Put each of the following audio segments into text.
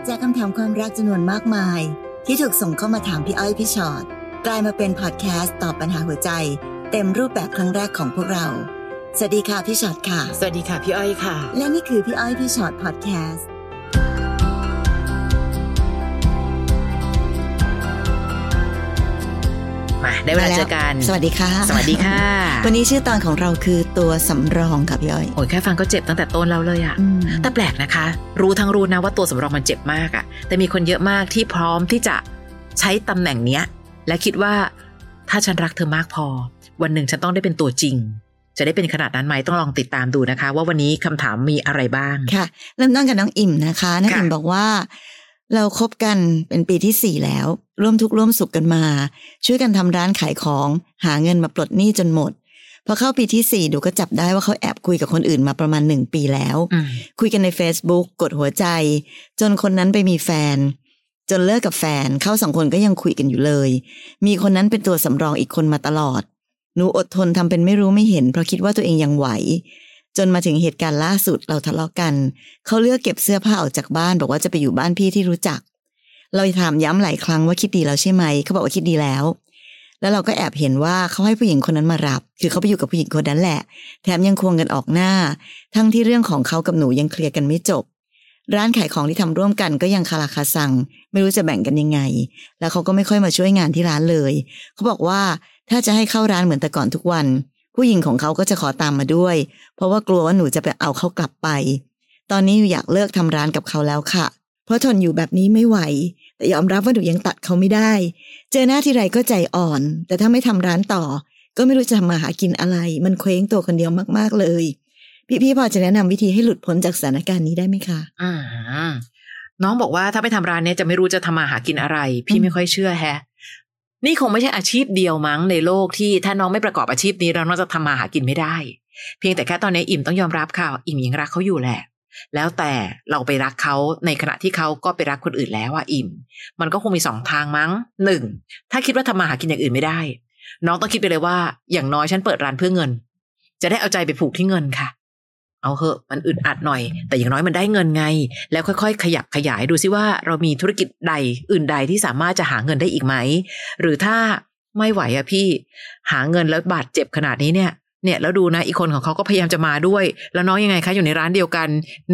จากคำถามความรักจำนวนมากมายที่ถูกส่งเข้ามาถามพี่อ้อยพี่ชอตกลายมาเป็นพอดแคสต์ตอบปัญหาหัวใจเต็มรูปแบบครั้งแรกของพวกเราสวัสดีค่ะพี่ชอตค่ะสวัสดีค่ะพี่อ้อยค่ะและนี่คือพี่อ้อยพี่ชอตพอดแคสต์มาได้เวลาเจอกันสวัสดีค่ะสวัสดีค่ะวันนี้ชื่อตอนของเราคือตัวสำรองค่ะพี่อ้อยโอ้ยแค่ฟังก็เจ็บตั้งแต่ต้นแล้วเลยอะแต่แปลกนะคะรู้นะว่าตัวสำรองมันเจ็บมากอะแต่มีคนเยอะมากที่พร้อมที่จะใช้ตำแหน่งเนี้ยและคิดว่าถ้าฉันรักเธอมากพอวันหนึ่งฉันต้องได้เป็นตัวจริงจะได้เป็นขนาดนั้นไหมต้องลองติดตามดูนะคะว่าวันนี้คำถามมีอะไรบ้างค่ะเริ่มต้นกับน้องอิ่มนะคะน้องอิ่มบอกว่าเราคบกันเป็นปีที่4แล้วร่วมทุกข์ร่วมสุขกันมาช่วยกันทำร้านขายของหาเงินมาปลดหนี้จนหมดพอเข้าปีที่4ดูก็จับได้ว่าเขาแอบคุยกับคนอื่นมาประมาณ1 ปีแล้วคุยกันใน Facebook กดหัวใจจนคนนั้นไปมีแฟนจนเลิกกับแฟนเขา2 คนก็ยังคุยกันอยู่เลยมีคนนั้นเป็นตัวสำรองอีกคนมาตลอดหนูอดทนทำเป็นไม่รู้ไม่เห็นเพราะคิดว่าตัวเองยังไหวจนมาถึงเหตุการณ์ล่าสุดเราทะเลาะกันเขาเลือกเก็บเสื้อผ้าออกจากบ้านบอกว่าจะไปอยู่บ้านพี่ที่รู้จักเราถามย้ำหลายครั้งว่าคิดดีแล้วใช่ไหมเขาบอกว่าคิดดีแล้วเราก็แอบเห็นว่าเขาให้ผู้หญิงคนนั้นมารับคือเขาไปอยู่กับผู้หญิงคนนั้นแหละแถมยังควงกันออกหน้าทั้งที่เรื่องของเขากับหนูยังเคลียร์กันไม่จบร้านขายของที่ทำร่วมกันก็ยังคาราคาซังไม่รู้จะแบ่งกันยังไงแล้วเขาก็ไม่ค่อยมาช่วยงานที่ร้านเลยเขาบอกว่าถ้าจะให้เข้าร้านเหมือนแต่ก่อนทุกวันผู้หญิงของเขาก็จะขอตามมาด้วยเพราะว่ากลัวว่าหนูจะไปเอาเขากลับไปตอนนี้หนูอยากเลิกทำร้านกับเขาแล้วค่ะเพราะทนอยู่แบบนี้ไม่ไหวแต่ยอมรับว่าหนูยังตัดเขาไม่ได้เจอหน้าที่ไรก็ใจอ่อนแต่ถ้าไม่ทำร้านต่อก็ไม่รู้จะทำมาหากินอะไรมันเคว้งตัวคนเดียวมากๆเลยพี่พอจะแนะนำวิธีให้หลุดพ้นจากสถานการณ์นี้ได้ไหมคะน้องบอกว่าถ้าไปทำร้านนี้จะไม่รู้จะทำมาหากินอะไรพี่ไม่ค่อยเชื่อแฮะนี่คงไม่ใช่อาชีพเดียวมั้งในโลกที่ถ้าน้องไม่ประกอบอาชีพนี้เราน่าจะทำมาหากินไม่ได้เพียงแต่แค่ตอนนี้อิ่มต้องยอมรับค่ะอิ่มยังรักเขาอยู่แหละแล้วแต่เราไปรักเขาในขณะที่เขาก็ไปรักคนอื่นแล้วอิ่มมันก็คงมี2 ทางมั้ง 1ถ้าคิดว่าทำมาหากินอย่างอื่นไม่ได้น้องต้องคิดไปเลยว่าอย่างน้อยฉันเปิดร้านเพื่อเงินจะได้เอาใจไปผูกที่เงินค่ะเอาเหอะมันอึดอัดหน่อยแต่อย่างน้อยมันได้เงินไงแล้วค่อยๆขยับขยายดูซิว่าเรามีธุรกิจใดอื่นใดที่สามารถจะหาเงินได้อีกไหมหรือถ้าไม่ไหวพี่หาเงินแล้วบาดเจ็บขนาดนี้เนี่ยแล้วดูนะอีกคนของเขาก็พยายามจะมาด้วยแล้วน้องยังไงคะอยู่ในร้านเดียวกัน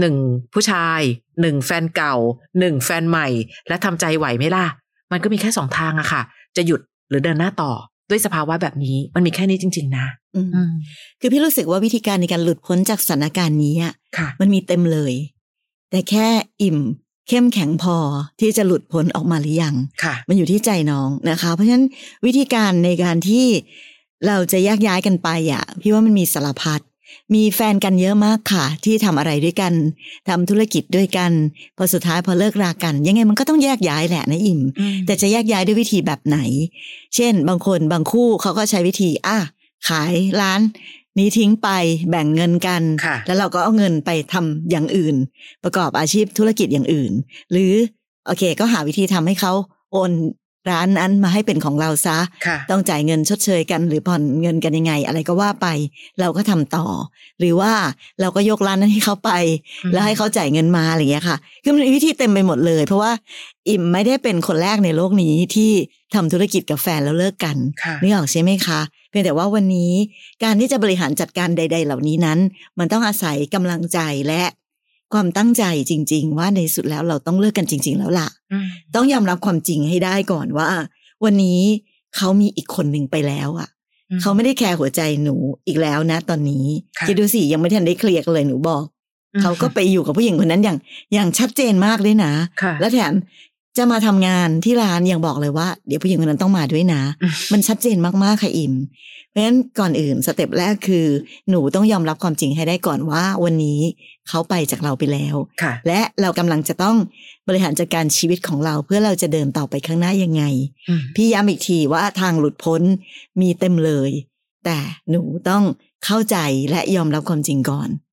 1ผู้ชาย1แฟนเก่า1แฟนใหม่และทำใจไหวไหมล่ะมันก็มีแค่2 ทางอะค่ะจะหยุดหรือเดินหน้าต่อด้วยสภาวะแบบนี้มันมีแค่นี้จริงๆนะคือพี่รู้สึกว่าวิธีการในการหลุดพ้นจากสถานการณ์นี้มันมีเต็มเลยแต่แค่อิ่มเข้มแข็งพอที่จะหลุดพ้นออกมาหรือยังมันอยู่ที่ใจน้องนะคะเพราะฉะนั้นวิธีการในการที่เราจะแยกย้ายกันไปพี่ว่ามันมีสารพัดมีแฟนกันเยอะมากค่ะที่ทำอะไรด้วยกันทำธุรกิจด้วยกันพอสุดท้ายพอเลิกรากันยังไงมันก็ต้องแยกย้ายแหละนะอิ่มแต่จะแยกย้ายด้วยวิธีแบบไหนเช่นบางคนบางคู่เขาก็ใช้วิธีขายร้านนี้ทิ้งไปแบ่งเงินกันแล้วเราก็เอาเงินไปทำอย่างอื่นประกอบอาชีพธุรกิจอย่างอื่นหรือโอเคก็หาวิธีทำให้เขาโอนร้านนั้นมาให้เป็นของเราซะต้องจ่ายเงินชดเชยกันหรือผ่อนเงินกันยังไงอะไรก็ว่าไปเราก็ทำต่อหรือว่าเราก็ยกร้านนั้นให้เขาไปแล้วให้เขาจ่ายเงินมาอะไรอย่างเงี้ยค่ะคือมันมีวิธีเต็มไปหมดเลยเพราะว่าอิ่มไม่ได้เป็นคนแรกในโลกนี้ที่ทำธุรกิจกับแฟนแล้วเลิกกันนึกออกใช่ไหมคะเพียงแต่ว่าวันนี้การที่จะบริหารจัดการใดๆเหล่านี้นั้นมันต้องอาศัยกำลังใจและความตั้งใจจริงๆว่าในสุดแล้วเราต้องเลิกกันจริงๆแล้วล่ะต้องยอมรับความจริงให้ได้ก่อนว่าวันนี้เขามีอีกคนหนึ่งไปแล้วเขาไม่ได้แคร์หัวใจหนูอีกแล้วนะตอนนี้คิดดูสิยังไม่ทันได้เคลียร์กันเลยหนูบอกเขาก็ไปอยู่กับผู้หญิงคนนั้นอย่างชัดเจนมากเลยนะแล้วแถมจะมาทำงานที่ร้านยังบอกเลยว่าเดี๋ยวผู้หญิงคนนั้นต้องมาด้วยนะมันชัดเจนมากๆค่ะอิ่มเพราะฉะนั้นก่อนอื่นสเต็ปแรกคือหนูต้องยอมรับความจริงให้ได้ก่อนว่าวันนี้เขาไปจากเราไปแล้วและเรากำลังจะต้องบริหารจัดการชีวิตของเราเพื่อเราจะเดินต่อไปข้างหน้ายังไงพี่ย้ำอีกทีว่าทางหลุดพ้นมีเต็มเลยแต่หนูต้องเข้าใจและยอมรับความจริงก่อน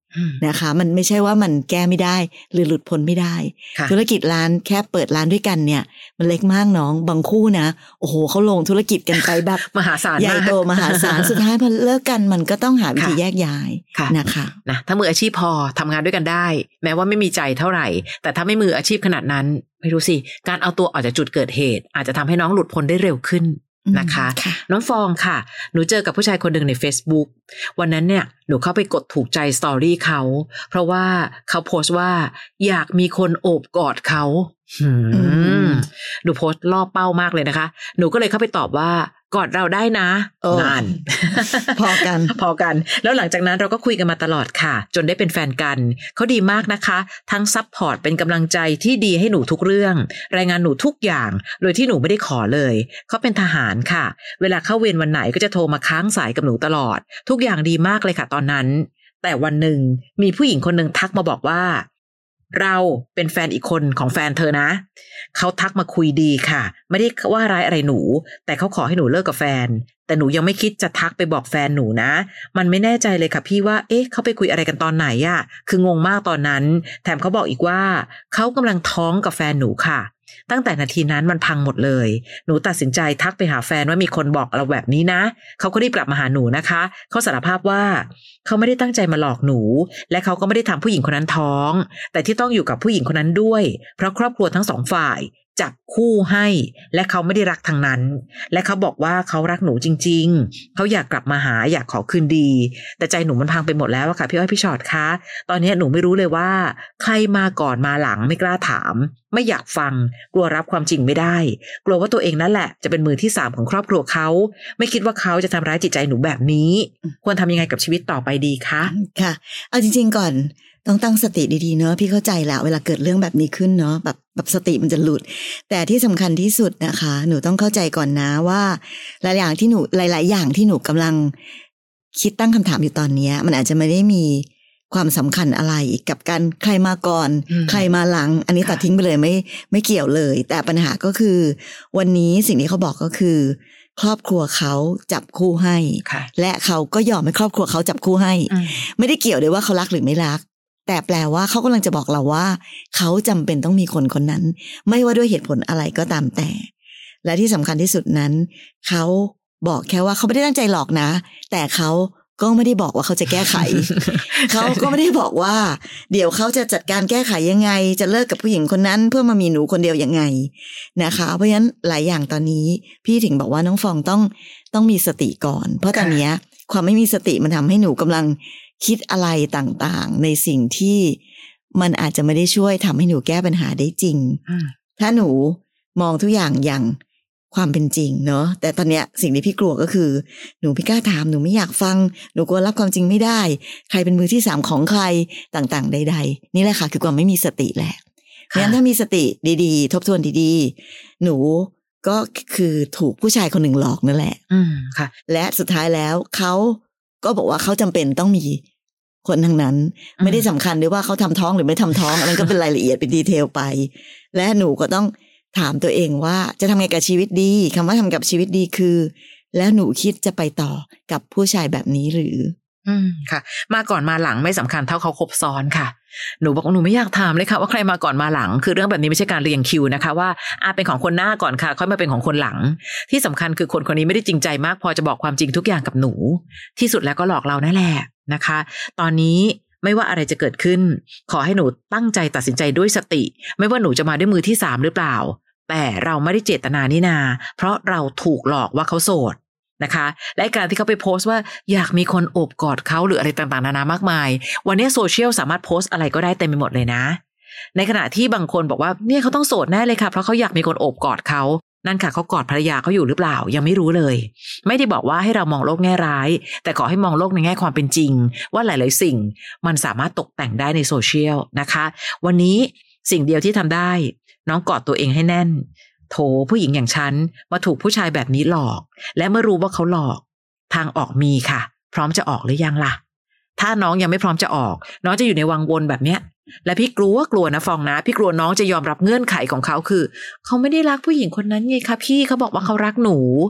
นะคะมันไม่ใช่ว่ามันแก้ไม่ได้หรือหลุดพ้นไม่ได้ธุรกิจร้านแค่เปิดร้านด้วยกันเนี่ยมันเล็กมากน้องบางคู่นะโอ้โหเขาลงธุรกิจกันไปแบบมหาศาลใหญ่โตมหาศาลสุดท้ายพอเลิกกันมันก็ต้องหาวิธีแยกย้ายนะคะนะถ้ามืออาชีพพอทำงานด้วยกันได้แม้ว่าไม่มีใจเท่าไหร่แต่ถ้าไม่มืออาชีพขนาดนั้นไม่รู้สิการเอาตัวออกจากจุดเกิดเหตุอาจจะทำให้น้องหลุดพ้นได้เร็วขึ้นนะคะน้องฟองค่ะหนูเจอกับผู้ชายคนหนึ่งใน Facebook วันนั้นเนี่ยหนูเข้าไปกดถูกใจสตอรี่เขาเพราะว่าเขาโพสต์ว่าอยากมีคนโอบกอดเขาหนูโพสต์ล่อเป้ามากเลยนะคะหนูก็เลยเข้าไปตอบว่ากอดเราได้นะงานพอกันแล้วหลังจากนั้นเราก็คุยกันมาตลอดค่ะจนได้เป็นแฟนกันเขาดีมากนะคะทั้งซัพพอร์ตเป็นกำลังใจที่ดีให้หนูทุกเรื่องรายงานหนูทุกอย่างโดยที่หนูไม่ได้ขอเลยเขาเป็นทหารค่ะเวลาเข้าเวรวันไหนก็จะโทรมาค้างสายกับหนูตลอดทุกอย่างดีมากเลยค่ะตอนนั้นแต่วันหนึ่งมีผู้หญิงคนหนึ่งทักมาบอกว่าเราเป็นแฟนอีกคนของแฟนเธอนะเขาทักมาคุยดีค่ะไม่ได้ว่าร้ายอะไรหนูแต่เขาขอให้หนูเลิกกับแฟนแต่หนูยังไม่คิดจะทักไปบอกแฟนหนูนะมันไม่แน่ใจเลยค่ะพี่ว่าเขาไปคุยอะไรกันตอนไหนอะคืองงมากตอนนั้นแถมเขาบอกอีกว่าเขากำลังท้องกับแฟนหนูค่ะตั้งแต่นาทีนั้นมันพังหมดเลยหนูตัดสินใจทักไปหาแฟนว่ามีคนบอกเราแบบนี้นะเขาก็รีบกลับมาหาหนูนะคะเขาสารภาพว่าเขาไม่ได้ตั้งใจมาหลอกหนูและเขาก็ไม่ได้ทำผู้หญิงคนนั้นท้องแต่ที่ต้องอยู่กับผู้หญิงคนนั้นด้วยเพราะครอบครัวทั้งสองฝ่ายจับคู่ให้และเขาไม่ได้รักทางนั้นและเขาบอกว่าเขารักหนูจริงๆเขาอยากกลับมาหาอยากขอคืนดีแต่ใจหนูมันพังไปหมดแล้วอะค่ะพี่อ้อยพี่ชอตคะตอนนี้หนูไม่รู้เลยว่าใครมาก่อนมาหลังไม่กล้าถามไม่อยากฟังกลัวรับความจริงไม่ได้กลัวว่าตัวเองนั่นแหละจะเป็นมือที่สามของครอบครัวเขาไม่คิดว่าเขาจะทำร้ายจิตใจหนูแบบนี้ควรทำยังไงกับชีวิตต่อไปดีคะค่ะเอาจริงๆก่อนต้องตั้งสติดีๆเนอะพี่เข้าใจแล้วเวลาเกิดเรื่องแบบนี้ขึ้นเนาะแบบสติมันจะหลุดแต่ที่สำคัญที่สุดนะคะหนูต้องเข้าใจก่อนนะว่าหลายอย่างที่หนูกำลังคิดตั้งคำถามอยู่ตอนนี้มันอาจจะไม่ได้มีความสำคัญอะไรกับการใครมาก่อนใครมาหลังอันนี้ตัดทิ้งไปเลยไม่เกี่ยวเลยแต่ปัญหาก็คือวันนี้สิ่งที่เขาบอกก็คือครอบครัวเขาจับคู่ให้และเขาก็ยอมให้ครอบครัวเขาจับคู่ให้ไม่ได้เกี่ยวเลยว่าเขารักหรือไม่รักแต่แปลว่าเขากำลังจะบอกเราว่าเขาจำเป็นต้องมีคนคนนั้นไม่ว่าด้วยเหตุผลอะไรก็ตามแต่และที่สำคัญที่สุดนั้นเขาบอกแค่ว่าเขาไม่ได้ตั้งใจหลอกนะแต่เขาก็ไม่ได้บอกว่าเขาจะแก้ไข เขาก็ไม่ได้บอกว่าเดี๋ยวเขาจะจัดการแก้ไขยังไงจะเลิกกับผู้หญิงคนนั้นเพื่อมามีหนูคนเดียวยังไงนะคะเพราะฉะนั้นหลายอย่างตอนนี้พี่ถึงบอกว่าน้องฟองต้องมีสติก่อนเพราะตอนนี้ความไม่มีสติมันทำให้หนูกำลังคิดอะไรต่างๆในสิ่งที่มันอาจจะไม่ได้ช่วยทำให้หนูแก้ปัญหาได้จริงถ้าหนูมองทุกอย่างความเป็นจริงเนาะแต่ตอนเนี้ยสิ่งที่พี่กลัวก็คือหนูไม่กล้าถามหนูไม่อยากฟังหนูกลัวรับความจริงไม่ได้ใครเป็นมือที่สามของใครต่างๆใดๆนี่แหละค่ะคือความไม่มีสติแหละเพราะฉะนั้นถ้ามีสติดีๆทบทวนดีๆหนูก็คือถูกผู้ชายคนหนึ่งหลอกนั่นแหละค่ะและสุดท้ายแล้วเขาก็บอกว่าเขาจำเป็นต้องมีคนทั้งนั้นไม่ได้สำคัญด้วยว่าเขาทำท้องหรือไม่ทำท้องอันนั้นก็เป็นรายละเอียดเป็นดีเทลไปและหนูก็ต้องถามตัวเองว่าจะทำไงกับชีวิตดีคำว่าทำกับชีวิตดีคือแล้วหนูคิดจะไปต่อกับผู้ชายแบบนี้หรือค่ะมาก่อนมาหลังไม่สำคัญเท่าเขาคบซ้อนค่ะหนูบอกว่าหนูไม่อยากถามเลยค่ะว่าใครมาก่อนมาหลังคือเรื่องแบบนี้ไม่ใช่การเรียงคิวนะคะว่าเป็นของคนหน้าก่อนค่ะค่อยมาเป็นของคนหลังที่สำคัญคือคนคนนี้ไม่ได้จริงใจมากพอจะบอกความจริงทุกอย่างกับหนูที่สุดแล้วก็หลอกเรานั่นแหละนะคะตอนนี้ไม่ว่าอะไรจะเกิดขึ้นขอให้หนูตั้งใจตัดสินใจด้วยสติไม่ว่าหนูจะมาด้วยมือที่3หรือเปล่าแต่เราไม่ได้เจตนานี่นาเพราะเราถูกหลอกว่าเขาโสดนะคะและการที่เขาไปโพสต์ว่าอยากมีคนโอบกอดเขาหรืออะไรต่างๆนานามากมายวันนี้โซเชียลสามารถโพสต์อะไรก็ได้เต็มไปหมดเลยนะในขณะที่บางคนบอกว่าเนี่ยเขาต้องโสดแน่เลยค่ะเพราะเขาอยากมีคนโอบกอดเขานั่นค่ะเขากอดภรรยาเขาอยู่หรือเปล่ายังไม่รู้เลยไม่ได้บอกว่าให้เรามองโลกแง่ร้ายแต่ขอให้มองโลกในแง่ความเป็นจริงว่าหลายๆสิ่งมันสามารถตกแต่งได้ในโซเชียลนะคะวันนี้สิ่งเดียวที่ทำได้น้องกอดตัวเองให้แน่นโถผู้หญิงอย่างฉันมาถูกผู้ชายแบบนี้หลอกและเมื่อรู้ว่าเขาหลอกทางออกมีค่ะพร้อมจะออกหรือยังล่ะถ้าน้องยังไม่พร้อมจะออกน้องจะอยู่ในวังวนแบบเนี้ยและพี่กลัวนะฟองนะพี่กลัวน้องจะยอมรับเงื่อนไขของเขาคือเขาไม่ได้รักผู้หญิงคนนั้นไงคะพี่เขาบอกว่าเขารักหนู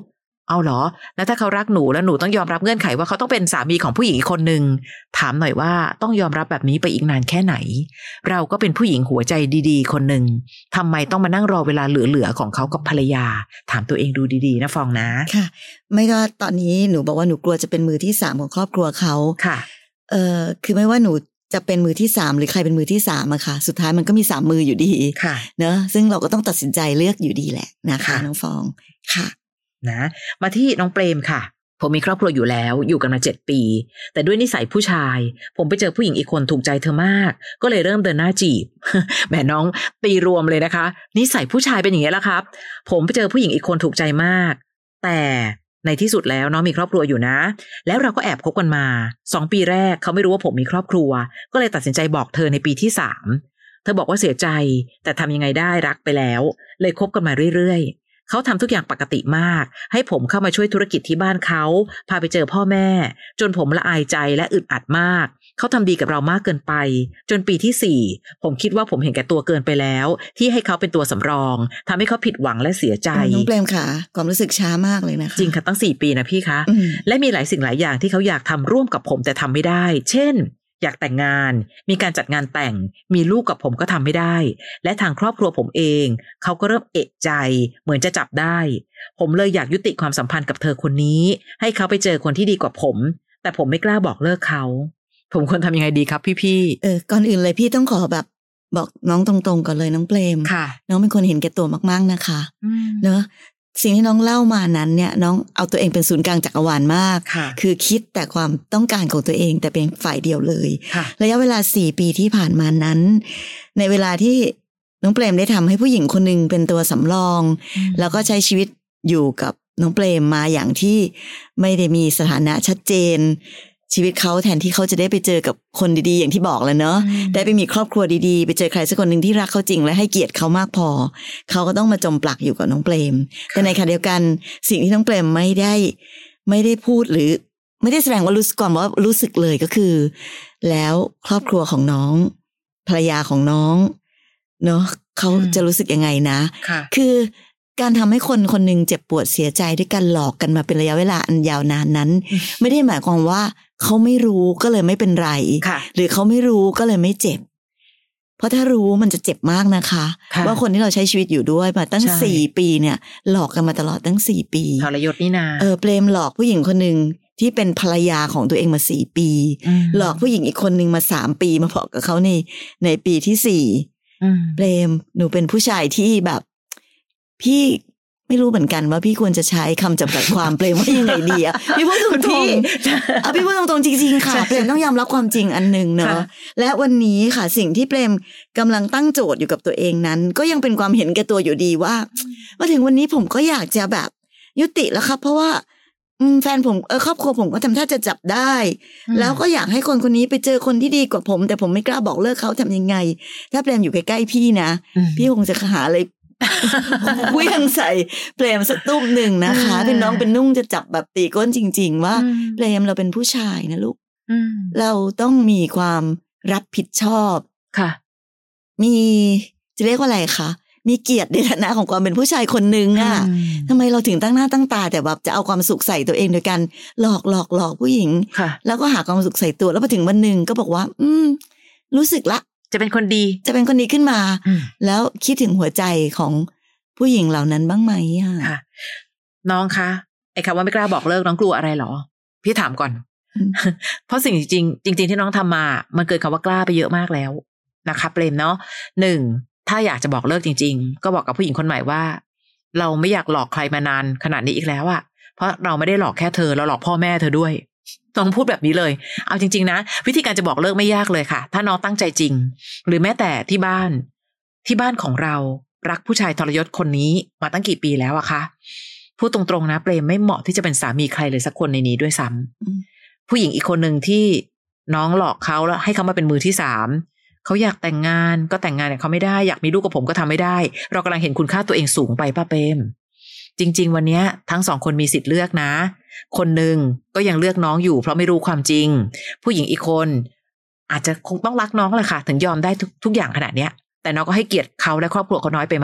เอาเหรอแล้วถ้าเขารักหนูแล้วหนูต้องยอมรับเงื่อนไขว่าเขาต้องเป็นสามีของผู้หญิงอีกคนนึงถามหน่อยว่าต้องยอมรับแบบนี้ไปอีกนานแค่ไหนเราก็เป็นผู้หญิงหัวใจดีๆคนนึงทำไมต้องมานั่งรอเวลาเหลือๆของเขากับภรรยาถามตัวเองดูดีๆนะฟองนะค่ะไม่ก็ตอนนี้หนูบอกว่าหนูกลัวจะเป็นมือที่3ของครอบครัวเขาค่ะคือไม่ว่าหนูจะเป็นมือที่3หรือใครเป็นมือที่3อะค่ะสุดท้ายมันก็มี3มืออยู่ดีเนอะซึ่งเราก็ต้องตัดสินใจเลือกอยู่ดีแหละนะคะน้องฟองค่ะนะมาที่น้องเปรมค่ะผมมีครอบครัวอยู่แล้วอยู่กันมา7 ปีแต่ด้วยนิสัยผู้ชายผมไปเจอผู้หญิงอีกคนถูกใจเธอมากก็เลยเริ่มเดินหน้าจีบ แหมน้องตีรวมเลยนะคะนิสัยผู้ชายเป็นอย่างนี้แหละครับผมไปเจอผู้หญิงอีกคนถูกใจมากแต่ในที่สุดแล้วน้องมีครอบครัวอยู่นะแล้วเราก็แอบคบกันมา2 ปีแรกเขาไม่รู้ว่าผมมีครอบครัวก็เลยตัดสินใจบอกเธอในปีที่3เธอบอกว่าเสียใจแต่ทำยังไงได้รักไปแล้วเลยคบกันมาเรื่อยๆเขาทำทุกอย่างปกติมากให้ผมเข้ามาช่วยธุรกิจที่บ้านเขาพาไปเจอพ่อแม่จนผมละอายใจและอึดอัดมากเขาทำดีกับเรามากเกินไปจนปีที่4ผมคิดว่าผมเห็นแก่ตัวเกินไปแล้วที่ให้เขาเป็นตัวสำรองทำให้เขาผิดหวังและเสียใจน้องเปรมค่ะความรู้สึกช้ามากเลยนะคะจริงค่ะตั้ง4 ปีนะพี่คะและมีหลายสิ่งหลายอย่างที่เขาอยากทำร่วมกับผมแต่ทำไม่ได้เช่นอยากแต่งงานมีการจัดงานแต่งมีลูกกับผมก็ทำไม่ได้และทางครอบครัวผมเองเขาก็เริ่มเอะใจเหมือนจะจับได้ผมเลยอยากยุติความสัมพันธ์กับเธอคนนี้ให้เขาไปเจอคนที่ดีกว่าผมแต่ผมไม่กล้าบอกเลิกเขาผมควรทำยังไงดีครับพี่ก่อนอื่นเลยพี่ต้องขอแบบบอกน้องตรงๆก่อนเลยน้องเปรมน้องเป็นคนเห็นแก่ตัวมากๆนะคะเนอะสิ่งที่น้องเล่ามานั้นเนี่ยน้องเอาตัวเองเป็นศูนย์กลางจักรวาลมากคือคิดแต่ความต้องการของตัวเองแต่เป็นฝ่ายเดียวเลยระยะเวลา4 ปีที่ผ่านมานั้นในเวลาที่น้องเปรมได้ทำให้ผู้หญิงคนนึงเป็นตัวสำรองแล้วก็ใช้ชีวิตอยู่กับน้องเปรมมาอย่างที่ไม่ได้มีสถานะชัดเจนชีวิตเขาแทนที่เขาจะได้ไปเจอกับคนดีๆอย่างที่บอกแล้วเนาะได้ไปมีครอบครัวดีๆไปเจอใครสักคนหนึ่งที่รักเขาจริงและให้เกียรติเขามากพอเขาก็ต้องมาจมปลักอยู่กับน้องเปรมแต่ในขณะเดียวกันสิ่งที่น้องเปรมไม่ได้พูดหรือไม่ได้แสดงว่ารู้สึกก่อนว่ารู้สึกเลยก็คือแล้วครอบครัวของน้องภรรยาของน้องเนาะเขาจะรู้สึกยังไงนะคือการทำให้คนคนหนึ่งเจ็บปวดเสียใจด้วยการหลอกกันมาเป็นระยะเวลาอันยาวนานนั้นไม่ได้หมายความว่าเขาไม่รู้ก็เลยไม่เป็นไรหรือเขาไม่รู้ก็เลยไม่เจ็บเพราะถ้ารู้มันจะเจ็บมากนะคะว่าคนที่เราใช้ชีวิตอยู่ด้วยมาตั้ง4 ปีเนี่ยหลอกกันมาตลอดตั้ง4 ปีทรยศนี่นาเปรมหลอกผู้หญิงคนหนึ่งที่เป็นภรรยาของตัวเองมา4 ปีหลอกผู้หญิงอีกคนหนึ่งมา3 ปีมาบอกกับเขาในปีที่4เปรมหนูเป็นผู้ชายที่แบบพี่ไม่รู้เหมือนกันว่าพี่ควรจะใช้คำจำกัดความเปรมว่ายังไงดีอ่ะพี่พูดตรงๆพี่พูดตรงๆจริงๆค่ะเปรมต้องยอมรับความจริงอันนึงเนาะและวันนี้ค่ะสิ่งที่เปรมกำลังตั้งโจทย์อยู่กับตัวเองนั้นก็ยังเป็นความเห็นแก่ตัวอยู่ดีว่ามาถึงวันนี้ผมก็อยากจะแบบยุติแล้วครับเพราะว่าแฟนผมครอบครัวผมก็ทำท่าจะจับได้แล้วก็อยากให้คนคนนี้ไปเจอคนที่ดีกว่าผมแต่ผมไม่กล้าบอกเลิกเขาทำยังไงถ้าเปรมอยู่ใกล้ๆพี่นะพี่คงจะหาอะไรวิ่งใส่เปรมสักตุ้มหนึ่งนะคะเป็นน้องเป็นนุ่งจะจับแบบตีก้นจริงๆว่าเปรมเราเป็นผู้ชายนะลูกเราต้องมีความรับผิดชอบค่ะมีจะเรียกว่าอะไรคะมีเกียรติในฐานะของความเป็นผู้ชายคนนึงอ่ะทำไมเราถึงตั้งหน้าตั้งตาแต่แบบจะเอาความสุขใส่ตัวเองโดยการหลอกผู้หญิงแล้วก็หาความสุขใส่ตัวแล้วพอถึงวันหนึ่งก็บอกว่ารู้สึกละจะเป็นคนดีขึ้นมาแล้วคิดถึงหัวใจของผู้หญิงเหล่านั้นบ้างไหมค่ะน้องคะไอ้คำว่าไม่กล้าบอกเลิกน้องกลัวอะไรหรอพี่ถามก่อน เพราะสิ่งจริงที่น้องทำมามันเกินคำว่ากล้าไปเยอะมากแล้วนะคะเปรมเนาะ1ถ้าอยากจะบอกเลิกจริงๆก็บอกกับผู้หญิงคนใหม่ว่าเราไม่อยากหลอกใครมานานขนาดนี้อีกแล้วอะเพราะเราไม่ได้หลอกแค่เธอเราหลอกพ่อแม่เธอด้วยต้องพูดแบบนี้เลยเอาจริงๆนะวิธีการจะบอกเลิกไม่ยากเลยค่ะถ้าน้องตั้งใจจริงหรือแม้แต่ที่บ้านของเรารักผู้ชายทรยศคนนี้มาตั้งกี่ปีแล้วอะคะพูดตรงๆนะเปรมไม่เหมาะที่จะเป็นสามีใครเลยสักคนในนี้ด้วยซ้ำผู้หญิงอีกคนหนึ่งที่น้องหลอกเขาแล้วให้เขามาเป็นมือที่3เขาอยากแต่งงานก็แต่งงานแต่เขาไม่ได้อยากมีลูกกับผมก็ทำไม่ได้เรากำลังเห็นคุณค่าตัวเองสูงไปป้าเปรมจริงๆวันนี้ทั้ง2คนมีสิทธิ์เลือกนะคนหนึ่งก็ยังเลือกน้องอยู่เพราะไม่รู้ความจริงผู้หญิงอีกคนอาจจะคงต้องรักน้องเลยค่ะถึงยอมได้ทุกอย่างขนาดเนี้ยแต่น้องก็ให้เกียรติเขาและครอบครัวเขาน้อยไปมาก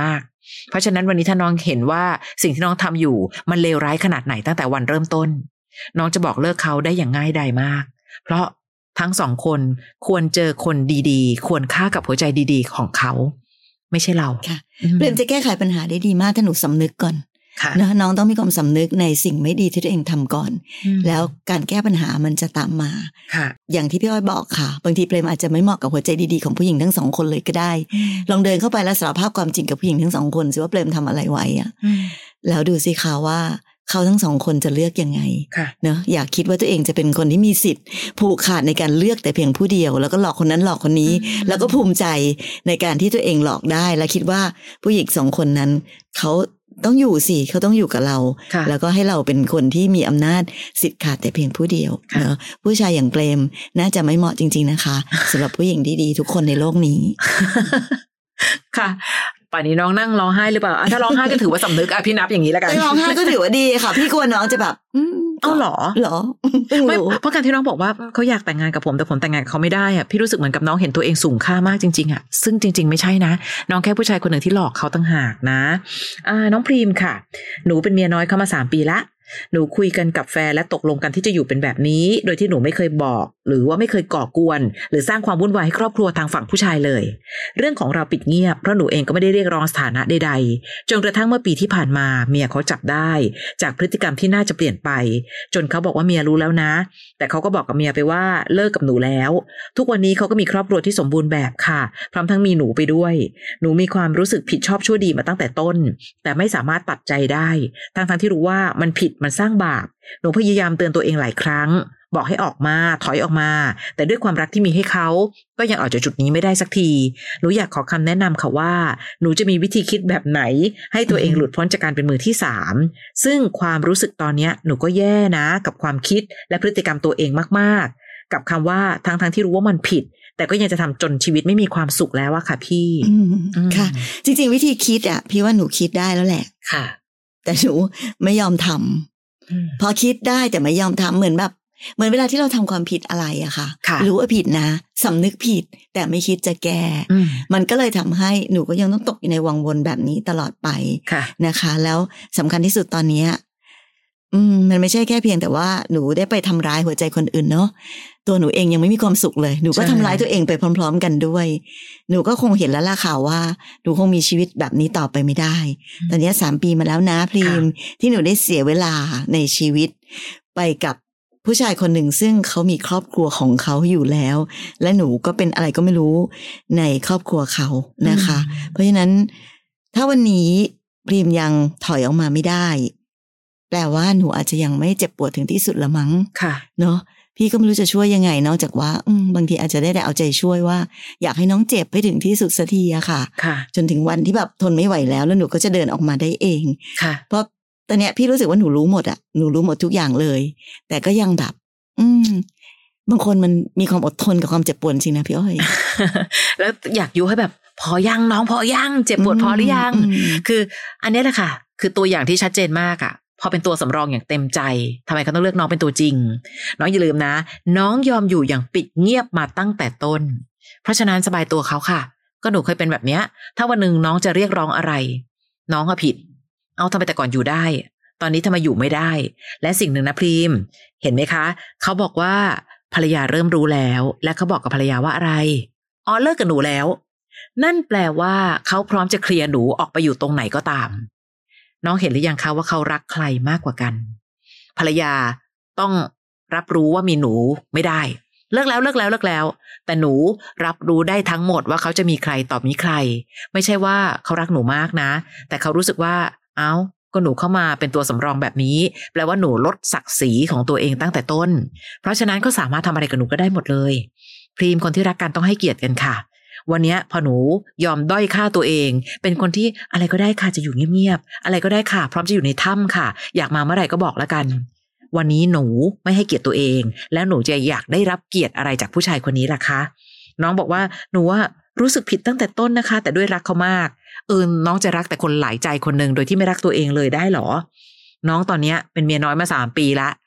เพราะฉะนั้นวันนี้ถ้าน้องเห็นว่าสิ่งที่น้องทำอยู่มันเลวร้ายขนาดไหนตั้งแต่วันเริ่มต้นน้องจะบอกเลิกเขาได้อย่างง่ายดายมากเพราะทั้งสองคนควรเจอคนดีๆควรค่ากับหัวใจดีๆของเขาไม่ใช่เราค่ะเปลี่ยนจะแก้ไขปัญหาได้ดีมากถ้าหนูสำนึกก่อนนะน้องต้องมีความสำนึกในสิ่งไม่ดีที่ตัวเองทำก่อนแล้วการแก้ปัญหามันจะตามมาอย่างที่พี่อ้อยบอกค่ะบางทีเปรมอาจจะไม่เหมาะกับหัวใจดีๆของผู้หญิงทั้งสองคนเลยก็ได้ลองเดินเข้าไปแล้วสารภาพความจริงกับผู้หญิงทั้งสองคนสิว่าเปรมทำอะไรไว้อะแล้วดูสิคะว่าเขาทั้งสองคนจะเลือกยังไงเนอะอยากคิดว่าตัวเองจะเป็นคนที่มีสิทธิ์ผูกขาดในการเลือกแต่เพียงผู้เดียวแล้วก็หลอกคนนั้นหลอกคนนี้แล้วก็ภูมิใจในการที่ตัวเองหลอกได้และคิดว่าผู้หญิงสองคนนั้นเขาต้องอยู่สิเขาต้องอยู่กับเราแล้วก็ให้เราเป็นคนที่มีอำนาจสิทธิ์ขาดแต่เพียงผู้เดียวเนอะผู้ชายอย่างเปรมน่าจะไม่เหมาะจริงๆนะคะสำหรับผู้หญิงดีๆทุกคนในโลกนี้ค่ะป่านนี้น้องนั่งร้องไห้หรือเปล่าถ้าร้องไห้ก็ถือว่าสำนึกพี่นับอย่างนี้แล้วกันร้องไห้ก็ถือว่าดีค่ะพี่กลัวน้องจะแบบเหรอไม่เพราะการที่น้องบอกว่าเขาอยากแต่งงานกับผมแต่ผมแต่งงานกับเขาไม่ได้อ่ะพี่รู้สึกเหมือนกับน้องเห็นตัวเองสูงค่ามากจริงๆอ่ะซึ่งจริงๆไม่ใช่นะน้องแค่ผู้ชายคนหนึ่งที่หลอกเขาต่างหากนะน้องพรีมค่ะหนูเป็นเมียน้อยเข้ามา3 ปีละหนูคุยกันกับแฟนและตกลงกันที่จะอยู่เป็นแบบนี้โดยที่หนูไม่เคยบอกหรือว่าไม่เคยก่อกวนหรือสร้างความวุ่นวายให้ครอบครัวทางฝั่งผู้ชายเลยเรื่องของเราปิดเงียบเพราะหนูเองก็ไม่ได้เรียกร้องสถานะใดๆจนกระทั่งเมื่อปีที่ผ่านมาเมียเขาจับได้จากพฤติกรรมที่น่าจะเปลี่ยนไปจนเขาบอกว่าเมียรู้แล้วนะแต่เขาก็บอกกับเมียไปว่าเลิกกับหนูแล้วทุกวันนี้เขาก็มีครอบครัวที่สมบูรณ์แบบค่ะพร้อมทั้งมีหนูไปด้วยหนูมีความรู้สึกผิดชอบชั่วดีมาตั้งแต่ต้นแต่ไม่สามารถตัดใจได้ทั้งที่รู้ว่ามันผิดมันสร้างบาปหนูพยายามเตือนตัวเองหลายครั้งบอกให้ออกมาถอยออกมาแต่ด้วยความรักที่มีให้เขาก็ยังออกจากจุดนี้ไม่ได้สักทีหนูอยากขอคำแนะนำค่ะว่าหนูจะมีวิธีคิดแบบไหนให้ตัวเองหลุดพ้นจากการเป็นมือที่3ซึ่งความรู้สึกตอนนี้หนูก็แย่นะกับความคิดและพฤติกรรมตัวเองมากๆกับคำว่าทั้งที่รู้ว่ามันผิดแต่ก็ยังจะทำจนชีวิตไม่มีความสุขแล้วอะค่ะพี่ค่ะจริงๆวิธีคิดอะพี่ว่าหนูคิดได้แล้วแหละค่ะแต่หนูไม่ยอมทำพอคิดได้แต่ไม่ยอมทำเหมือนเวลาที่เราทำความผิดอะไรอะค่ะรู้ว่าผิดนะสำนึกผิดแต่ไม่คิดจะแก้มันก็เลยทำให้หนูก็ยังต้องตกอยู่ในวังวนแบบนี้ตลอดไปนะคะแล้วสำคัญที่สุดตอนนี้มันไม่ใช่แค่เพียงแต่ว่าหนูได้ไปทำร้ายหัวใจคนอื่นเนาะตัวหนูเองยังไม่มีความสุขเลยหนูก็ทำร้ายตัวเองไปพร้อมๆกันด้วยหนูก็คงเห็นแล้วล่ะค่ะว่าหนูคงมีชีวิตแบบนี้ต่อไปไม่ได้ตอนนี้3 ปีมาแล้วนะพรีมที่หนูได้เสียเวลาในชีวิตไปกับผู้ชายคนหนึ่งซึ่งเขามีครอบครัวของเขาอยู่แล้วและหนูก็เป็นอะไรก็ไม่รู้ในครอบครัวเขานะคะเพราะฉะนั้นถ้าวันนี้พรีมยังถอยออกมาไม่ได้แปลว่าหนูอาจจะยังไม่เจ็บปวดถึงที่สุดละมั้งเนาะพี่ก็ไม่รู้จะช่วยยังไงนอกจากว่าบางทีอาจจะได้แต่เอาใจช่วยว่าอยากให้น้องเจ็บให้ถึงที่สุดสักทีอะค่ะจนถึงวันที่แบบทนไม่ไหวแล้วหนูก็จะเดินออกมาได้เองเพราะตอนเนี้ยพี่รู้สึกว่าหนูรู้หมดอะหนูรู้หมดทุกอย่างเลยแต่ก็ยังแบบบางคนมันมีความอดทนกับความเจ็บปวดจริงนะพี่อ้อยแล้วอยากยุให้แบบพอยังน้องพอยังเจ็บปวดพอหรือยังคืออันนี้แหละค่ะคือตัวอย่างที่ชัดเจนมากอะพอเป็นตัวสำรองอย่างเต็มใจทำไมเขาต้องเลือกน้องเป็นตัวจริงน้องอย่าลืมนะน้องยอมอยู่อย่างปิดเงียบมาตั้งแต่ต้นเพราะฉะนั้นสบายตัวเขาค่ะก็หนูเคยเป็นแบบเนี้ยถ้าวันหนึ่งน้องจะเรียกร้องอะไรน้องก็ผิดเอาทำไมแต่ก่อนอยู่ได้ตอนนี้ทำไมอยู่ไม่ได้และสิ่งหนึ่งนะพรีมเห็นไหมคะเขาบอกว่าภรรยาเริ่มรู้แล้วและเขาบอกกับภรรยาว่าอะไรเลิกกับหนูแล้วนั่นแปลว่าเขาพร้อมจะเคลียร์หนูออกไปอยู่ตรงไหนก็ตามน้องเห็นหรือยังคะว่าเขารักใครมากกว่ากันภรรยาต้องรับรู้ว่ามีหนูไม่ได้เลิกแล้วแต่หนูรับรู้ได้ทั้งหมดว่าเขาจะมีใครต่อมีใครไม่ใช่ว่าเขารักหนูมากนะแต่เขารู้สึกว่าก็หนูเข้ามาเป็นตัวสำรองแบบนี้แปลว่าหนูลดศักดิ์ศรีของตัวเองตั้งแต่ต้นเพราะฉะนั้นก็สามารถทำอะไรกับหนูก็ได้หมดเลยพรีมคนที่รักกันต้องให้เกียรติกันค่ะวันนี้พอหนูยอมด้อยค่าตัวเองเป็นคนที่อะไรก็ได้ค่ะจะอยู่เงียบๆอะไรก็ได้ค่ะพร้อมจะอยู่ในถ้ำค่ะอยากมาเมื่อไหร่ก็บอกแล้วกันวันนี้หนูไม่ให้เกียรติตัวเองแล้วหนูจะอยากได้รับเกียรติอะไรจากผู้ชายคนนี้ล่ะคะน้องบอกว่าหนูว่ารู้สึกผิดตั้งแต่ต้นนะคะแต่ด้วยรักเขามากน้องจะรักแต่คนหลายใจคนนึงโดยที่ไม่รักตัวเองเลยได้หรอน้องตอนนี้เป็นเมียน้อยมา3 ปีละ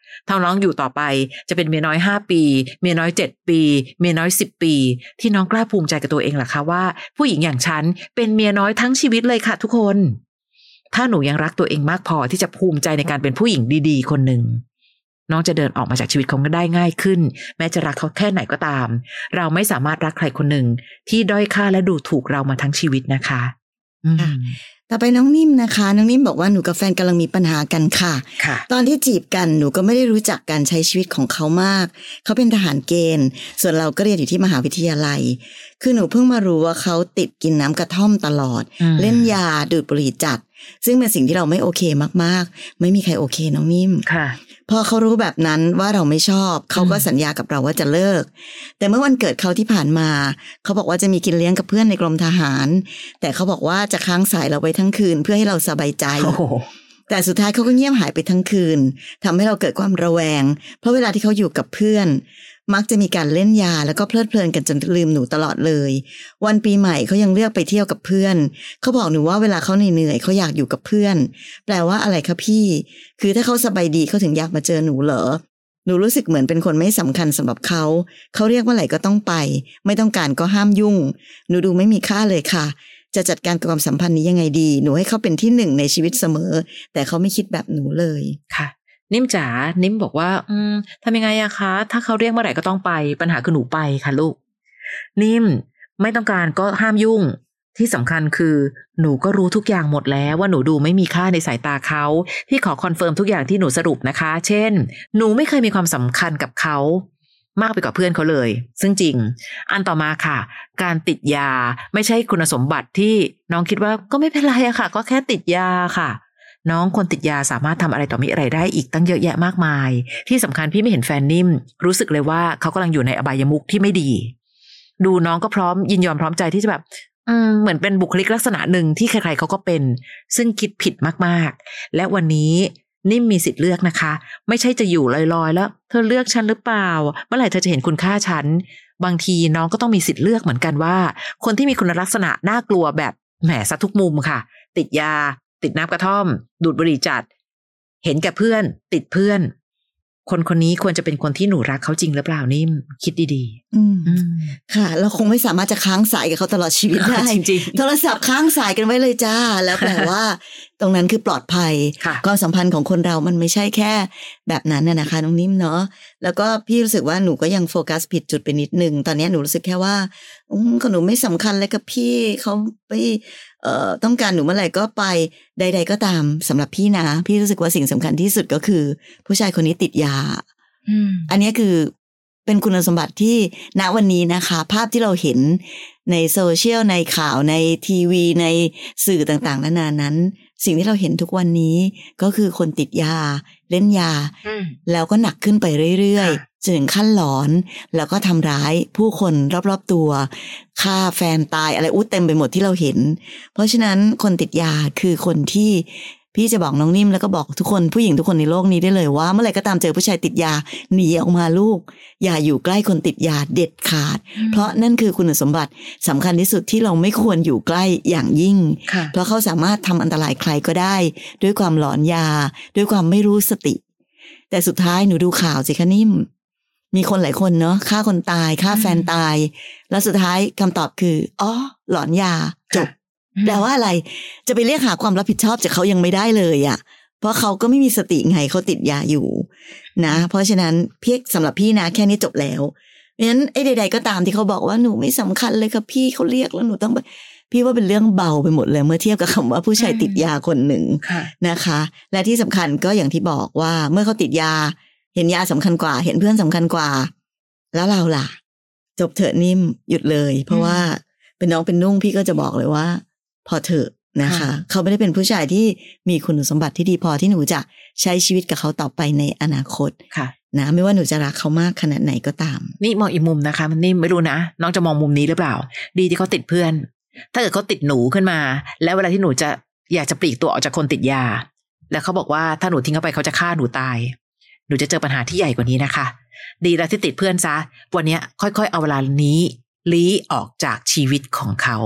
ถ้าน้องอยู่ต่อไปจะเป็นเมียน้อย5 ปีเมียน้อย7 ปีเมียน้อย10 ปีที่น้องกล้าภูมิใจกับตัวเองล่ะคะว่าผู้หญิงอย่างฉันเป็นเมียน้อยทั้งชีวิตเลยค่ะทุกคนถ้าหนูยังรักตัวเองมากพอที่จะภูมิใจในการเป็นผู้หญิงดีๆคนหนึ่งน้องจะเดินออกมาจากชีวิตเขาได้ง่ายขึ้นแม้จะรักเขาแค่ไหนก็ตามเราไม่สามารถรักใครคนหนึ่งที่ด้อยค่าและดูถูกเรามาทั้งชีวิตนะคะต่อไปน้องนิ่มนะคะน้องนิ่มบอกว่าหนูกับแฟนกำลังมีปัญหากันค่ะตอนที่จีบกันหนูก็ไม่ได้รู้จักการใช้ชีวิตของเขามากเขาเป็นทหารเกณฑ์ส่วนเราก็เรียนอยู่ที่มหาวิทยาลัยคือหนูเพิ่งมารู้ว่าเขาติดกินน้ำกระท่อมตลอดเล่นยาดูดบุหรี่จัดซึ่งเป็นสิ่งที่เราไม่โอเคมากๆไม่มีใครโอเคน้องนิ่มพอเขารู้แบบนั้นว่าเราไม่ชอบเขาก็สัญญากับเราว่าจะเลิกแต่เมื่อวันเกิดเขาที่ผ่านมาเขาบอกว่าจะมีกินเลี้ยงกับเพื่อนในกรมทหารแต่เขาบอกว่าจะค้างสายเราไว้ทั้งคืนเพื่อให้เราสบายใจแต่สุดท้ายเขาก็เงียบหายไปทั้งคืนทำให้เราเกิดความระแวงเพราะเวลาที่เขาอยู่กับเพื่อนมักจะมีการเล่นยาแล้วก็เพลิดเพลินกันจนลืมหนูตลอดเลยวันปีใหม่เขายังเลือกไปเที่ยวกับเพื่อนเขาบอกหนูว่าเวลาเขาเหนื่อยเขาอยากอยู่กับเพื่อนแปลว่าอะไรคะพี่คือถ้าเขาสบายดีเขาถึงอยากมาเจอหนูเหรอหนูรู้สึกเหมือนเป็นคนไม่สำคัญสำหรับเขาเรียกว่าไหนก็ต้องไปไม่ต้องการก็ห้ามยุ่งหนูดูไม่มีค่าเลยค่ะจะจัดการกับความสัมพันธ์นี้ยังไงดีหนูให้เขาเป็นที่หนึ่งในชีวิตเสมอแต่เขาไม่คิดแบบหนูเลยค่ะนิ่มจ๋านิ่มบอกว่าทำยังไงอะคะถ้าเขาเรียกเมื่อไหร่ก็ต้องไปปัญหาคือหนูไปค่ะลูกนิ่มไม่ต้องการก็ห้ามยุ่งที่สำคัญคือหนูก็รู้ทุกอย่างหมดแล้วว่าหนูดูไม่มีค่าในสายตาเขาพี่ขอคอนเฟิร์มทุกอย่างที่หนูสรุปนะคะเช่นหนูไม่เคยมีความสำคัญกับเขามากไปกว่าเพื่อนเขาเลยซึ่งจริงอันต่อมาค่ะการติดยาไม่ใช่คุณสมบัติที่น้องคิดว่าก็ไม่เป็นไรอะค่ะก็แค่ติดยาค่ะน้องคนติดยาสามารถทำอะไรต่อมีอะไรได้อีกตั้งเยอะแยะมากมายที่สำคัญพี่ไม่เห็นแฟนนิ่มรู้สึกเลยว่าเขากำลังอยู่ในอบายมุขที่ไม่ดีดูน้องก็พร้อมยินยอมพร้อมใจที่จะแบบเหมือนเป็นบุคลิกลักษณะหนึ่งที่ใครๆเขาก็เป็นซึ่งคิดผิดมากๆและวันนี้นิ่มมีสิทธิ์เลือกนะคะไม่ใช่จะอยู่ลอยๆแล้วเธอเลือกฉันหรือเปล่าเมื่อไหร่เธอจะเห็นคุณค่าฉันบางทีน้องก็ต้องมีสิทธิ์เลือกเหมือนกันว่าคนที่มีคุณลักษณะน่ากลัวแบบแหมซะทุกมุมค่ะติดยาติดน้ำกระท่อมดูดบุหรี่จัดเห็นแก่เพื่อนติดเพื่อนคนนี้ควรจะเป็นคนที่หนูรักเขาจริงหรือเปล่านิ่มคิดดีๆค่ะเราคงไม่สามารถจะค้างสายกับเขาตลอดชีวิตได้จริงๆโทรศัพท์ค้างสายกันไว้เลยจ้าแล้วแปลว่าตรงนั้นคือปลอดภัยความสัมพันธ์ของคนเรามันไม่ใช่แค่แบบนั้นนะคะน้องนิ่มเนาะแล้วก็พี่รู้สึกว่าหนูก็ยังโฟกัสผิดจุดไปนิดนึงตอนนี้หนูรู้สึกแค่ว่าหนูไม่สำคัญเลยกับพี่เขาไปต้องการหนูเมื่อไหร่ก็ไปใดๆก็ตามสำหรับพี่นะพี่รู้สึกว่าสิ่งสำคัญที่สุดก็คือผู้ชายคนนี้ติดยาอันนี้คือเป็นคุณสมบัติที่ณวันนี้นะคะภาพที่เราเห็นในโซเชียลในข่าวในทีวีในสื่อต่างๆนานานั้นสิ่งที่เราเห็นทุกวันนี้ก็คือคนติดยาเล่นยาแล้วก็หนักขึ้นไปเรื่อยๆจนถึงขั้นหลอนแล้วก็ทำร้ายผู้คนรอบๆตัวฆ่าแฟนตายอะไรเต็มไปหมดที่เราเห็นเพราะฉะนั้นคนติดยาคือคนที่พี่จะบอกน้องนิ่มแล้วก็บอกทุกคนผู้หญิงทุกคนในโลกนี้ได้เลยว่าเมื่อไหร่ก็ตามเจอผู้ชายติดยาหนีออกมาลูกอย่าอยู่ใกล้คนติดยาเด็ดขาดเพราะนั่นคือคุณสมบัติสำคัญที่สุดที่เราไม่ควรอยู่ใกล้อย่างยิ่งเพราะเขาสามารถทำอันตรายใครก็ได้ด้วยความหลอนยาด้วยความไม่รู้สติแต่สุดท้ายหนูดูข่าวสิคะนิ่มมีคนหลายคนเนาะฆ่าคนตายฆ่าแฟนตายแล้วสุดท้ายคำตอบคืออ๋อหลอนยาจบแปลว่าอะไรจะไปเรียกหาความรับผิดชอบจากเขายังไม่ได้เลยอ่ะเพราะเขาก็ไม่มีสติไงเขาติดยาอยู่นะเพราะฉะนั้นพี่สำหรับพี่นะแค่นี้จบแล้วเพราะฉะนั้นไอ้ใดๆก็ตามที่เขาบอกว่าหนูไม่สำคัญเลยกับพี่เขาเรียกแล้วหนูต้องไปพี่ว่าเป็นเรื่องเบาไปหมดเลยเมื่อเทียบกับคำว่าผู้ชายติดยาคนหนึ่งนะคะและที่สำคัญก็อย่างที่บอกว่าเมื่อเขาติดยาเห็นยาสำคัญกว่าเห็นเพื่อนสำคัญกว่าแล้วเราล่ะจบเถอะนิ่มหยุดเลยเพราะว่าเป็นน้องเป็นนุ่งพี่ก็จะบอกเลยว่าพอเถอะนะคะเขาไม่ได้เป็นผู้ชายที่มีคุณสมบัติที่ดีพอที่หนูจะใช้ชีวิตกับเขาต่อไปในอนาคตนะไม่ว่าหนูจะรักเขามากขนาดไหนก็ตามนี่มองอีกมุมนะคะมันนี่ไม่รู้นะน้องจะมองมุมนี้หรือเปล่าดีที่เขาติดเพื่อนถ้าเกิดเขาติดหนูขึ้นมาแล้วเวลาที่หนูจะอยากจะปลีกตัวออกจากคนติดยาแล้วเขาบอกว่าถ้าหนูทิ้งเขาไปเขาจะฆ่าหนูตายหนูจะเจอปัญหาที่ใหญ่กว่านี้นะคะดีแล้วที่ติดเพื่อนซะวันนี้ค่อยๆเอาเวลานี้ลี้ออกจากชีวิตของเขา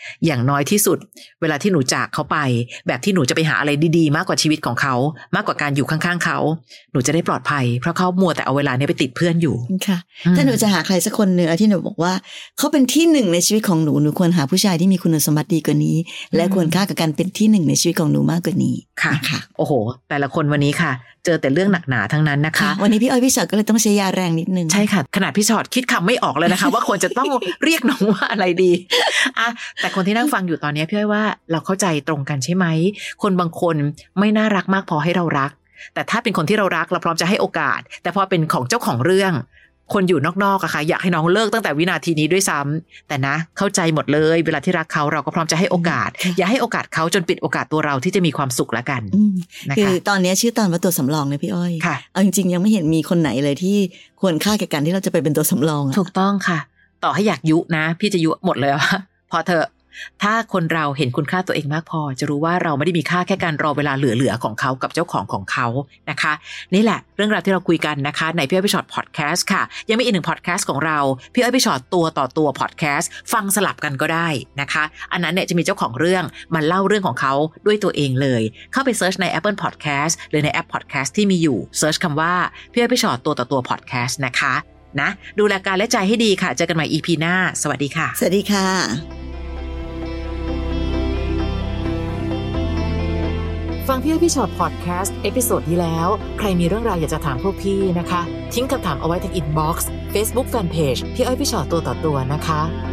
อย่างน้อยที่สุดเวลาที่หนูจากเขาไปแบบที่หนูจะไปหาอะไรดีๆมากกว่าชีวิตของเขามากกว่าการอยู่ข้างๆเขาหนูจะได้ปลอดภัยเพราะเขามัวแต่เอาเวลานี้ไปติดเพื่อนอยู่ค่ะถ้าหนูจะหาใครสักคนหนึ่งที่หนูบอกว่าเขาเป็นที่หนึ่งในชีวิตของหนูควรหาผู้ชายที่มีคุณสมบัติดีกว่านี้และควรค่ากับการเป็นที่หนึ่งในชีวิตของหนูมากกว่านี้ค่ะโอ้โหแต่ละคนวันนี้ค่ะเจอแต่เรื่องหนักหนาทั้งนั้นนะคะวันนี้พี่อ้อยพี่ชอตก็เลยต้องใช้ยาแรงนิดนึงใช่ค่ะขนาดพี่ชอตคิดคำไม่ออกเลยนะคะ ว่าควรจะต้องเรียกน้องว่าอะไรดีแต่คนที่นั่งฟังอยู่ตอนนี้พี่อ้อยว่าเราเข้าใจตรงกันใช่ไหมคนบางคนไม่น่ารักมากพอให้เรารักแต่ถ้าเป็นคนที่เรารักเราพร้อมจะให้โอกาสแต่พอเป็นของเจ้าของเรื่องคนอยู่นอกๆอะค่ะอยากให้น้องเลิกตั้งแต่วินาทีนี้ด้วยซ้ำแต่นะเข้าใจหมดเลยเวลาที่รักเขาเราก็พร้อมจะให้โอกาสอย่าให้โอกาสเขาจนปิดโอกาสตัวเราที่จะมีความสุขละกันนะคะคือตอนนี้ชื่อตอนว่าตัวสำรองเลยพี่อ้อยเอาจริงๆยังไม่เห็นมีคนไหนเลยที่ควรค่าแก่การที่เราจะไปเป็นตัวสำรองถูกต้องค่ะต่อให้อยากยุนะพี่จะยุหมดเลยว่าพอเธอถ้าคนเราเห็นคุณค่าตัวเองมากพอจะรู้ว่าเราไม่ได้มีค่าแค่การรอเวลาเหลือๆของเขากับเจ้าของเขานะคะนี่แหละเรื่องราวที่เราคุยกันนะคะในพี่อ้อยพี่ชอตพอดแคสต์ค่ะยังมีอีกหนึ่งพอดแคสต์ของเราพี่อ้อยพี่ชอตตัวต่อตัวพอดแคสต์ฟังสลับกันก็ได้นะคะอันนั้นเนี่ยจะมีเจ้าของเรื่องมาเล่าเรื่องของเขาด้วยตัวเองเลยเข้าไปเซิร์ชใน Apple Podcast หรือในแอป Podcast ที่มีอยู่เซิร์ชคำว่าพี่อ้อยพี่ชอตตัวต่อตัวพอดแคสต์นะคะนะดูแลกายและใจให้ดีค่ะเจอกันใหม่ EP หน้าสวัสดีค่ะสวัสดีค่ะฟังพี่อ้อยพี่ชอตพอดแคสต์เอพิโซดที่แล้วใครมีเรื่องราวอยากจะถามพวกพี่นะคะทิ้งคำถามเอาไว้ที่อินบ็อกซ์ Facebook Fanpage พี่อ้อยพี่ชอตตัวต่อตัวนะคะ